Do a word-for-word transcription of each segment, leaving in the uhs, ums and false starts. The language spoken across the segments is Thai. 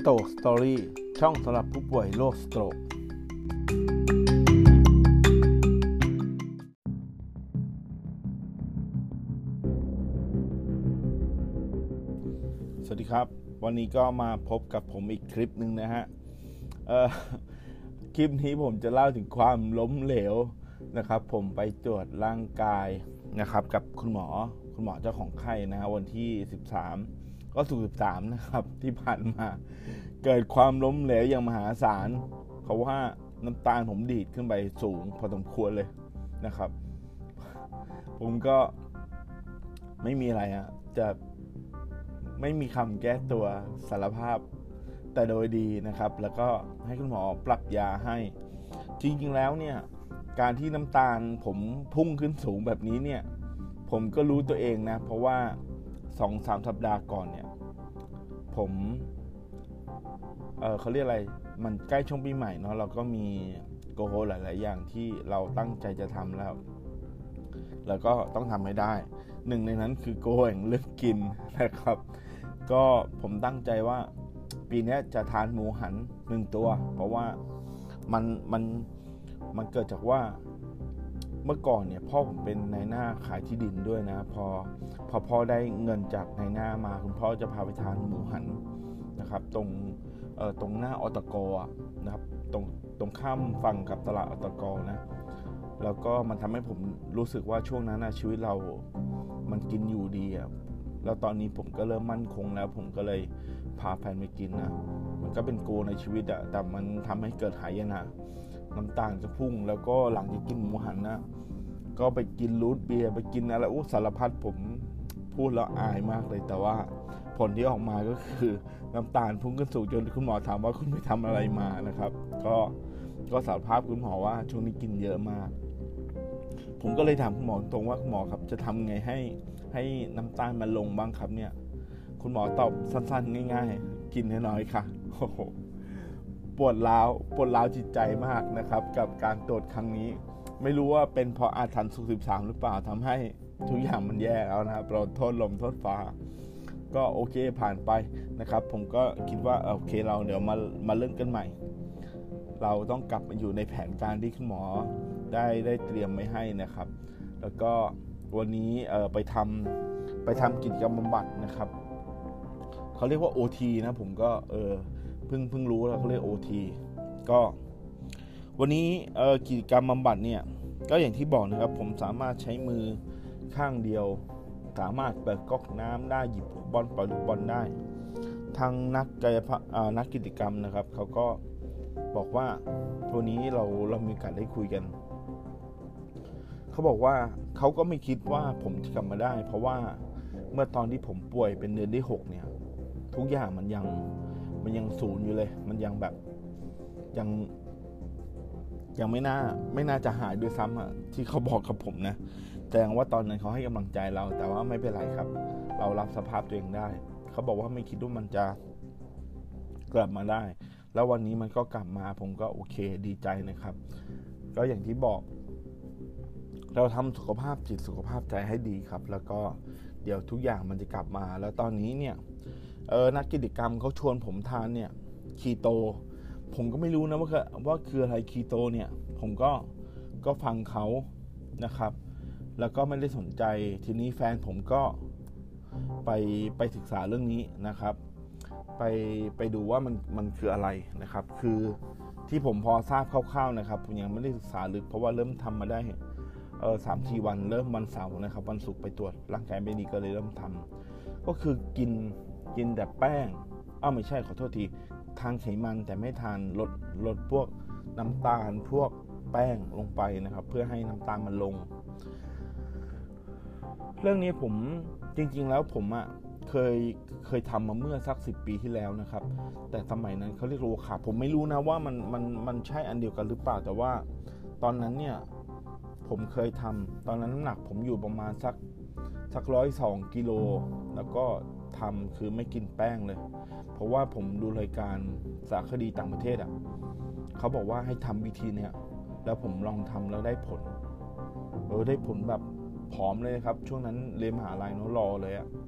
ตสตอรี่ช่องสำหรับผู้ป่วยโรคสโตรกสวัสดีครับวันนี้ก็มาพบกับผมอีกคลิปหนึ่งนะฮะเอ่อคลิปนี้ผมจะเล่าถึงความล้มเหลวนะครับผมไปตรวจร่างกายนะครับกับคุณหมอคุณหมอเจ้าของไข้นะฮะวันที่สิบสามก็สุกร์สิบสามนะครับที่ผ่านมาเกิดความล้มเหลวอย่างมหาศาลเพราะว่าน้ำตาลผมดีดขึ้นไปสูงพอสมควรเลยนะครับผมก็ไม่มีอะไรอ่ะจะไม่มีคำแก้ตัวสารภาพแต่โดยดีนะครับแล้วก็ให้คุณหมอปรับยาให้จริงๆแล้วเนี่ยการที่น้ำตาลผมพุ่งขึ้นสูงแบบนี้เนี่ยผมก็รู้ตัวเองนะเพราะว่า สองถึงสาม สัปดาห์ก่อนเนี่ยผมเออเขาเรียกอะไรมันใกล้ช่วงปีใหม่เนาะเราก็มีโกโฮหลายๆอย่างที่เราตั้งใจจะทำแล้วแล้วก็ต้องทำให้ได้หนึ่งในนั้นคือโกแห่งเรื่องกินนะครับก็ผมตั้งใจว่าปีนี้จะทานหมูหันหนึ่งตัวเพราะว่ามันมันมันเกิดจากว่าเมื่อก่อนเนี่ยพ่อผมเป็นนายหน้าขายที่ดินด้วยนะพอพอพ่อได้เงินจากนายหน้ามาคุณพ่อจะพาไปทานหมูหันนะครับตรงเอ่อตรงหน้าอตกนะครับตรงตรงข้ามฝั่งกับตลาดอตกนะแล้วก็มันทำให้ผมรู้สึกว่าช่วงนั้นนะชีวิตเรามันกินอยู่ดีอ่ะแล้วตอนนี้ผมก็เริ่มมั่นคงแล้วผมก็เลยพาแฟนไปกินนะมันก็เป็นโกในชีวิตอ่ะแต่มันทำให้เกิดหายนะน้ำตาลจะพุ่งแล้วก็หลังจากกินหมูหันนะก็ไปกินรูทเบียร์ไปกินอะไรอู้สารพัดผมพูดแล้วอายมากเลยแต่ว่าผลที่ออกมาก็คือน้ำตาลพุ่งขึ้นสูงจนคุณหมอถามว่าคุณไปทำอะไรมานะครับก็ก็สารภาพคุณหมอว่าช่วงนี้กินเยอะมากผมก็เลยถามคุณหมอตรงว่าคุณหมอครับจะทำไงให้ให้น้ำตาลมันลงบ้างครับเนี่ยคุณหมอตอบสั้นๆง่ายๆกินน้อยๆค่ะโอ้โหปวดร้าวปวดร้าวจิตใจมากนะครับกับการตรวจครั้งนี้ไม่รู้ว่าเป็นเพราะอาถรรพ์สุกร์สิบสามหรือเปล่าทำให้ทุกอย่างมันแย่แล้วนะครับเราโทษลมโทษฟ้าก็โอเคผ่านไปนะครับผมก็คิดว่าโอเคเราเดี๋ยวมามาเริ่มกันใหม่เราต้องกลับมาอยู่ในแผนการที่คุณหมอได้ได้เตรียมไว้ให้นะครับแล้วก็วันนี้เอ่อไปทำไปทำกิจกรรมบำบัดนะครับเขาเรียกว่า โอ ที นะผมก็เออเพิ่งเพิ่งรู้แล้วเขาเรียก โอ ที ก็วันนี้เอ่อกิจกรรมบำบัดเนี่ยก็อย่างที่บอกนะครับผมสามารถใช้มือข้างเดียวสามารถเปิดก๊อกน้ำได้หยิบบอลปล่อยลูกบอลได้ทางนักกายภาพนักกิจกรรมนะครับเขาก็บอกว่าตัวนี้เราเรามีการได้คุยกันเขาบอกว่าเขาก็ไม่คิดว่าผมจะกลับมาได้เพราะว่าเมื่อตอนที่ผมป่วยเป็นเดือนที่หกเนี่ยทุกอย่างมันยังมันยังศูนย์อยู่เลยมันยังแบบยังยังไม่น่าไม่น่าจะหายด้วยซ้ำอ่ะที่เขาบอกกับผมนะแสดงว่าตอนนั้นเขาให้กำลังใจเราแต่ว่าไม่เป็นไรครับเรารับสภาพตัวเองได้เขาบอกว่าไม่คิดว่ามันจะกลับมาได้แล้ววันนี้มันก็กลับมาผมก็โอเคดีใจนะครับก็อย่างที่บอกเราทำสุขภาพจิตสุขภาพใจให้ดีครับแล้วก็เดี๋ยวทุกอย่างมันจะกลับมาแล้วตอนนี้เนี่ยเออนักกิจกรรมเขาชวนผมทานเนี่ยคีโตผมก็ไม่รู้นะว่าว่าคืออะไรคีโตเนี่ยผมก็ก็ฟังเขานะครับแล้วก็ไม่ได้สนใจทีนี้แฟนผมก็ไปไปศึกษาเรื่องนี้นะครับไปไปดูว่ามันมันคืออะไรนะครับคือที่ผมพอทราบคร่าวๆนะครับผมยังไม่ได้ศึกษาลึกเพราะว่าเริ่มทำมาได้เออสามสี่วันเริ่มวันเสาร์นะครับวันศุกร์ไปตรวจร่างกายไม่ดีก็เลยเริ่มทำก็คือกินกินแต่แป้งอ้าวไม่ใช่ขอโทษทีทานไขมันแต่ไม่ทานลดลดพวกน้ำตาลพวกแป้งลงไปนะครับเพื่อให้น้ำตาลมันลงเรื่องนี้ผมจริงๆแล้วผมอ่ะเคยเคยทำมาเมื่อสักสิบปีที่แล้วนะครับแต่สมัยนั้นเขาเรียกโลคาร์บผมไม่รู้นะว่ามันมันมันใช่อันเดียวกันหรือเปล่าแต่ว่าตอนนั้นเนี่ยผมเคยทำตอนนั้นน้ำหนักผมอยู่ประมาณสักสักร้อยสองกิโลแล้วก็ทำคือไม่กินแป้งเลยเพราะว่าผมดูรายการสารคดีต่างประเทศอ่ะเขาบอกว่าให้ทำวิธีเนี้ยแล้วผมลองทำแล้วได้ผลเออได้ผลแบบผอมเลยครับช่วงนั้นเรียนมหาลัยเนาะรอเลยอ่ะ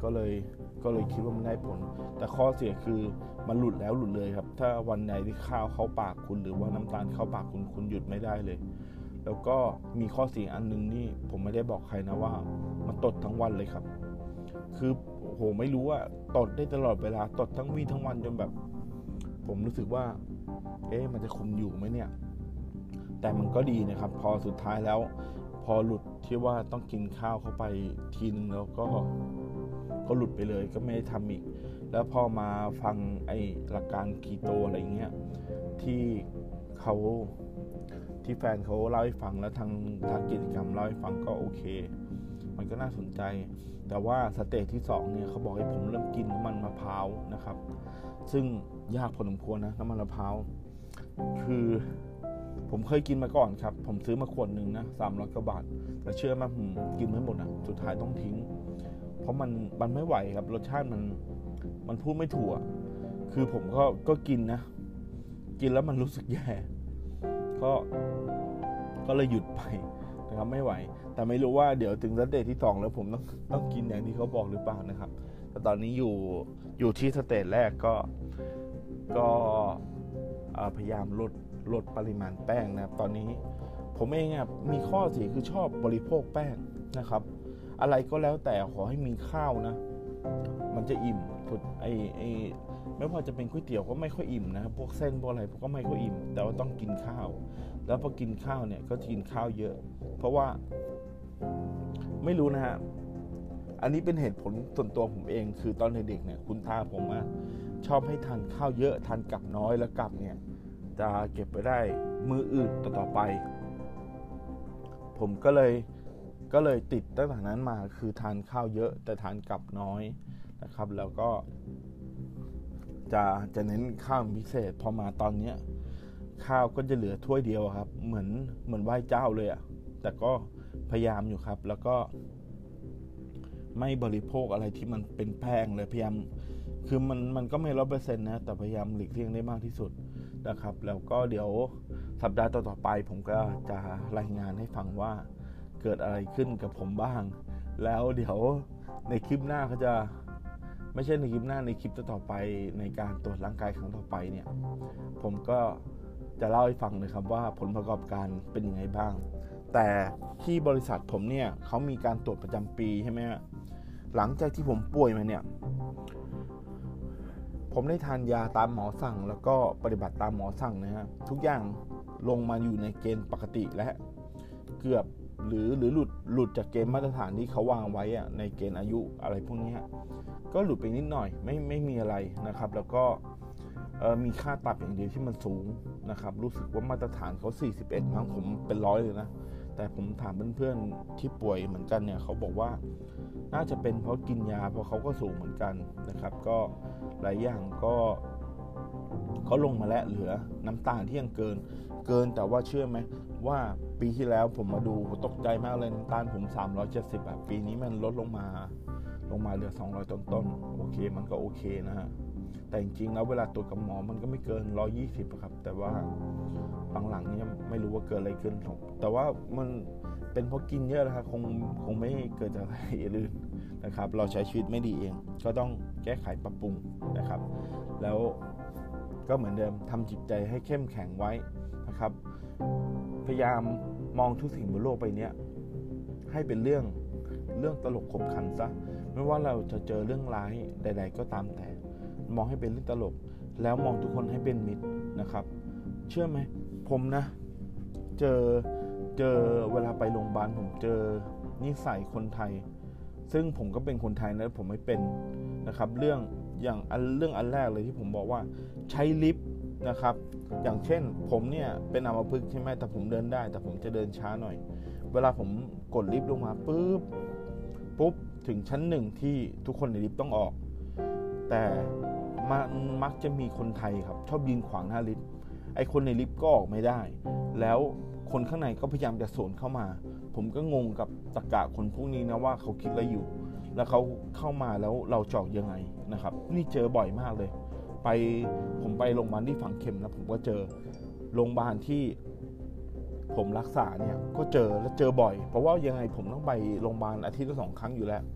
ก็เลยก็เลยคิดว่ามันได้ผลแต่ข้อเสียคือมันหลุดแล้วหลุดเลยครับถ้าวันไหนที่ข้าวเข้าปากคุณหรือว่าน้ำตาลเข้าปากคุณคุณหยุดไม่ได้เลยแล้วก็มีข้อเสียอันนึงนี่ผมไม่ได้บอกใครนะว่ามันตดทั้งวันเลยครับคือโอ้โหไม่รู้ว่าตดได้ตลอดเวลาตดทั้งวี่ทั้งวันจนแบบผมรู้สึกว่าเอ๊ะมันจะคุมอยู่ไหมเนี่ยแต่มันก็ดีนะครับพอสุดท้ายแล้วพอหลุดที่ว่าต้องกินข้าวเข้าไปทีนึงแล้วก็ก็หลุดไปเลยก็ไม่ได้ทำอีกแล้วพอมาฟังไอ้หลักการคีโตอะไรเงี้ยที่เขาที่แฟนเขาเล่าให้ฟังแล้วทางทางกิจกรรมเล่าให้ฟังก็โอเคมันก็น่าสนใจแต่ว่าสเตจที่สองเนี่ยเขาบอกให้ผมเริ่มกินน้ำมันมะพร้าวนะครับซึ่งยากพอสมควรนะน้ำมันมะพร้าวคือผมเคยกินมาก่อนครับผมซื้อมาขวดหนึ่งนะสามร้อยกว่าบาทแต่เชื่อไหมผมกินไม่หมดอ่ะสุดท้ายต้องทิ้งเพราะมันมันไม่ไหวครับรสชาติมันมันพูดไม่ถูกคือผมก็ก็กินนะกินแล้วมันรู้สึกแย่ก็ก็เลยหยุดไปนะครับไม่ไหวแต่ไม่รู้ว่าเดี๋ยวถึงสเตจที่สองแล้วผมต้องต้องกินอย่างที่เขาบอกหรือเปล่านะครับแต่ตอนนี้อยู่อยู่ที่สเตจแรกก็ก็พยายามลดลดปริมาณแป้งนะครับตอนนี้ผมเองอ่ะมีข้อเสียคือชอบบริโภคแป้งนะครับอะไรก็แล้วแต่ขอให้มีข้าวนะมันจะอิ่มสุดไอไอไม่ว่าจะเป็นก๋วยเตี๋ยวก็ไม่ค่อยอิ่มนะครับพวกเส้นพวกอะไรก็ไม่ค่อยอิ่มแต่ว่าต้องกินข้าวแล้วพอกินข้าวเนี่ยก็กินข้าวเยอะเพราะว่าไม่รู้นะฮะอันนี้เป็นเหตุผลส่วนตัวผมเองคือตอนเด็กๆเนี่ยคุณตาผมอะชอบให้ทานข้าวเยอะทานกลับน้อยแล้วกลับเนี่ยจะเก็บไว้ได้มื้ออื่นต่อไปผมก็เลยก็เลยติดตั้งแต่นั้นมาคือทานข้าวเยอะแต่ทานกลับน้อยนะครับแล้วก็จะจะเน้นข้าวพิเศษพอมาตอนนี้ข้าวก็จะเหลือถ้วยเดียวครับเหมือนเหมือนไหว้เจ้าเลยอะแต่ก็พยายามอยู่ครับแล้วก็ไม่บริโภคอะไรที่มันเป็นแป้งเลยพยายามคือมันมันก็ไม่ร้อยเปอร์เซ็นต์นะแต่พยายามหลีกเลี่ยงได้มากที่สุดนะครับแล้วก็เดี๋ยวสัปดาห์ต่อๆไปผมก็จะรายงานให้ฟังว่าเกิดอะไรขึ้นกับผมบ้างแล้วเดี๋ยวในคลิปหน้าก็จะไม่ใช่ในคลิปหน้าในคลิปต่อไปในการตรวจร่างกายครั้งต่อไปเนี่ยผมก็จะเล่าให้ฟังเลยครับว่าผลประกอบการเป็นยังไงบ้างแต่ที่บริษัทผมเนี่ยเขามีการตรวจประจำปีใช่ไหมหลังจากที่ผมป่วยมาเนี่ยผมได้ทานยาตามหมอสั่งแล้วก็ปฏิบัติตามหมอสั่งนะฮะทุกอย่างลงมาอยู่ในเกณฑ์ปกติและเกือบหรือหรือหลุดหลุดจากเกณฑ์มาตรฐานที่เขาวางไว้อะในเกณฑ์อายุอะไรพวกนี้ก็หลุดไปนิดหน่อยไม่ไม่มีอะไรนะครับแล้วก็มีค่าตับอย่างเดียวที่มันสูงนะครับรู้สึกว่ามาตรฐานเขาสี่สิบเอ็ดมั้งผมเป็นร้อยเลยนะแต่ผมถามเพื่อนๆที่ป่วยเหมือนกันเนี่ยเขาบอกว่าน่าจะเป็นเพราะกินยาเพราะเขาก็สูงเหมือนกันนะครับก็หลายอย่างก็เขาลงมาแล้วเหลือน้ำตาลที่ยังเกินเกินแต่ว่าเชื่อไหมว่าปีที่แล้วผมมาดูตกใจมากเลยน้ำตาลผมสามร้อยเจ็ดสิบแบบปีนี้มันลดลงมาลงมาเหลือสองร้อยต้นๆโอเคมันก็โอเคนะฮะแต่จริงๆแล้วเวลาตรวจกับหมอมันก็ไม่เกินหนึ่งร้อยยี่สิบครับแต่ว่าหลังๆนี้ไม่รู้ว่าเกิดอะไรขึ้นแต่ว่ามันเป็นเพราะกินเยอะนะครับคงคงไม่เกิดจากอะไรอื่นนะครับเราใช้ชีวิตไม่ดีเองก็ต้องแก้ไขปรับปรุงนะครับแล้วก็เหมือนเดิมทำจิตใจให้เข้มแข็งไว้นะครับพยายามมองทุกสิ่งบนโลกใบนี้ให้เป็นเรื่องเรื่องตลกขบขันซะไม่ว่าเราจะเจอเรื่องร้ายใดๆก็ตามแต่มองให้เป็นเรื่องตลกแล้วมองทุกคนให้เป็นมิตรนะครับเชื่อไหมผมนะเจอเจอเวลาไปโรงพยาบาลผมเจอนิสัยคนไทยซึ่งผมก็เป็นคนไทยนะผมไม่เป็นนะครับเรื่องอย่างอันเรื่องอันแรกเลยที่ผมบอกว่าใช้ลิฟต์นะครับอย่างเช่นผมเนี่ยเป็นอัมพฤกษ์ใช่ไหมแต่ผมเดินได้แต่ผมจะเดินช้าหน่อยเวลาผมกดลิฟต์ลงมาปุ๊บปุ๊บถึงชั้นหนึ่งที่ทุกคนในลิฟต์ต้องออกแต่มันมักจะมีคนไทยครับชอบยืนขวางหน้าลิฟต์ไอ้คนในลิฟต์ก็ออกไม่ได้แล้วคนข้างในก็พยายามจะสวนเข้ามาผมก็งงกับตรรกะคนพวกนี้นะว่าเขาคิดอะไรอยู่แล้วเขาเข้ามาแล้วเราจอกยังไงนะครับนี่เจอบ่อยมากเลยไปผมไปโรงพยาบาลที่ฝังเข็มนะผมก็เจอโรงพยาบาลที่ผมรักษาเนี่ยก็เจอและเจอบ่อยเพราะว่ายังไงผมต้องไปโรงพยาบาลอาทิตย์ละสองครั้งอยู่แล้ว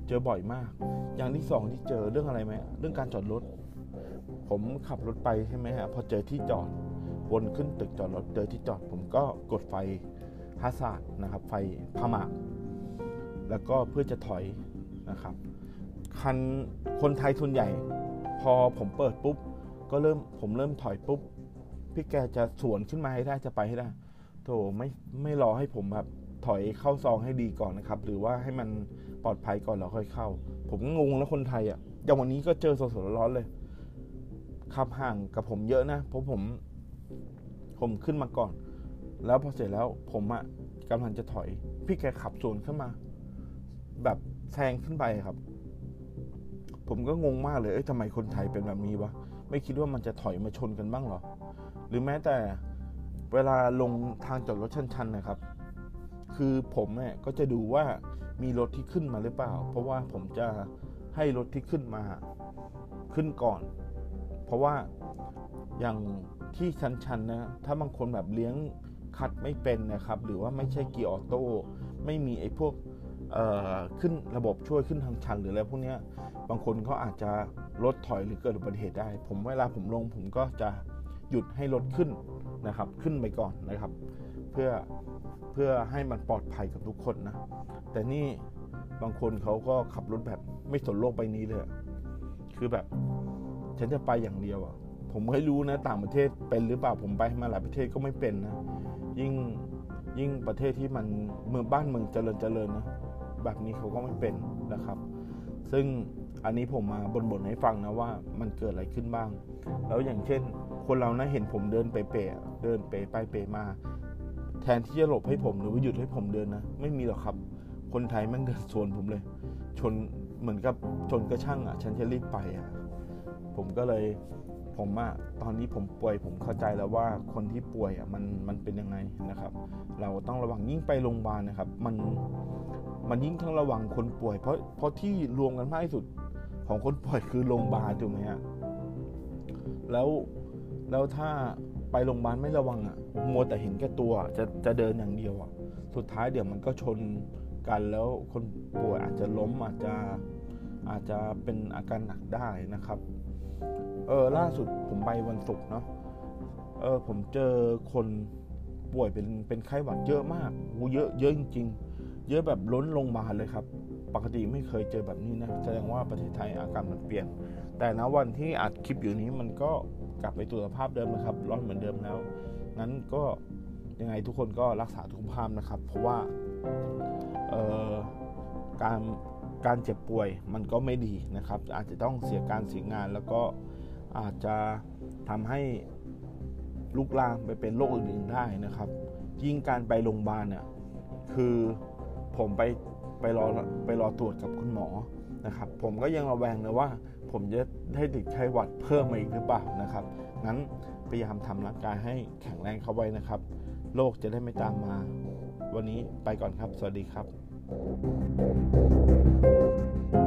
เจอบ่อยมากอย่างที่สองที่เจอเรื่องอะไรไหมเรื่องการจอดรถผมขับรถไปใช่ไหมฮะพอเจอที่จอดวนขึ้นตึกจอดรถเจอที่จอดผมก็กดไฟฮาซาร์ดนะครับไฟพาหมากแล้วก็เพื่อจะถอยนะครับคันคนไทยส่วนใหญ่พอผมเปิดปุ๊บก็เริ่มผมเริ่มถอยปุ๊บพี่แกจะสวนขึ้นมาให้ได้จะไปให้ได้โธ่ไม่ไม่รอให้ผมแบบถอยเข้าซองให้ดีก่อนนะครับหรือว่าให้มันปลอดภัยก่อนแล้วค่อยเข้าผมงงแล้วคนไทยอ่ะอย่างวันนี้ก็เจอสดๆร้อนๆเลยขับห่างกับผมเยอะนะเพราะผมผมขึ้นมาก่อนแล้วพอเสร็จแล้วผมอ่ะกำลังจะถอยพี่แกขับสวนขึ้นมาแบบแซงขึ้นไปครับผมก็งงมากเลยเอ้ยทำไมคนไทยเป็นแบบนี้วะไม่คิดว่ามันจะถอยมาชนกันบ้างหรอหรือแม้แต่เวลาลงทางจอดรถชันๆนะครับคือผมเนี่ยก็จะดูว่ามีรถที่ขึ้นมาหรือเปล่าเพราะว่าผมจะให้รถที่ขึ้นมาขึ้นก่อนเพราะว่าอย่างที่ชันๆนะถ้าบางคนแบบเลี้ยงคัดไม่เป็นนะครับหรือว่าไม่ใช่เกียร์ออโต้ไม่มีไอ้พวกเอ่อขึ้นระบบช่วยขึ้นทางชันหรืออะไรพวกนี้บางคนเขาอาจจะรถถอยหรือเกิดอุบัติเหตุได้ผมเวลาผมลงผมก็จะหยุดให้รถขึ้นนะครับขึ้นไปก่อนนะครับเพื่อเพื่อให้มันปลอดภัยกับทุกคนนะแต่นี่บางคนเขาก็ขับรถแบบไม่สนโลกใบนี้เลยคือแบบฉันจะไปอย่างเดียวอ่ะผมไม่รู้นะต่างประเทศเป็นหรือเปล่าผมไปมาหลายประเทศก็ไม่เป็นนะยิ่งยิ่งประเทศที่มันเมืองบ้านเมืองเจริญเจริญนะแบบนี้เขาก็ไม่เป็นนะครับซึ่งอันนี้ผมมาบ่นๆให้ฟังนะว่ามันเกิดอะไรขึ้นบ้างแล้วอย่างเช่นคนเรานะเห็นผมเดินเป๋ๆเดินเป๋ไปเป๋มาแทนที่จะหลบให้ผมหรือว่าหยุดให้ผมเดินนะไม่มีหรอกครับคนไทยมันเดินสวนผมเลยชนเหมือนกับชนกระช่างอ่ะฉันจะรีบไปอ่ะผมก็เลยผมอ่ะตอนนี้ผมป่วยผมเข้าใจแล้วว่าคนที่ป่วยอ่ะมันมันเป็นยังไงนะครับเราต้องระวังยิ่งไปโรงพยาบาลนะครับมันมันยิ่งต้องระวังคนป่วยเพราะเพราะที่รวมกันมากที่สุดของคนป่วยคือโรงพยาบาลถูกไหมฮะแล้วแล้วถ้าไปโรงพยาบาลไม่ระวังอ่ะมัวแต่เห็นแก่ตัวจะจะเดินอย่างเดียวอ่ะสุดท้ายเดี๋ยวมันก็ชนกันแล้วคนป่วยอาจจะล้มอาจจะอาจจะเป็นอาการหนักได้นะครับเออล่าสุดผมไปวันศุกร์เนาะเออผมเจอคนป่วยเป็นเป็นไข้หวัดเยอะมากโหเยอะเยอะจริงๆเยอะแบบล้นโรงพยาบาลเลยครับปกติไม่เคยเจอแบบนี้นะแสดงว่าประเทศไทยอากาศมันเปลี่ยนแต่ณวันที่อัดคลิปอยู่นี้มันก็กลับไปสู่สภาพเดิมนะครับร้อนเหมือนเดิมแล้วงั้นก็ยังไงทุกคนก็รักษาสุขภาพนะครับเพราะว่าเอ่อการการเจ็บป่วยมันก็ไม่ดีนะครับอาจจะต้องเสียการเสียงานแล้วก็อาจจะทำให้ลุกลามไปเป็นโรคอื่นๆได้นะครับยิ่งการไปโรงพยาบาลเนี่ยคือผมไปไปรอไปรอตรวจกับคุณหมอนะครับผมก็ยังระแวงเลยว่าผมจะได้ติดไข้หวัดเพิ่มมาอีกหรือเปล่านะครับงั้นพยายามทำร่างกายให้แข็งแรงเข้าไว้นะครับโรคจะได้ไม่ตามมาวันนี้ไปก่อนครับสวัสดีครับ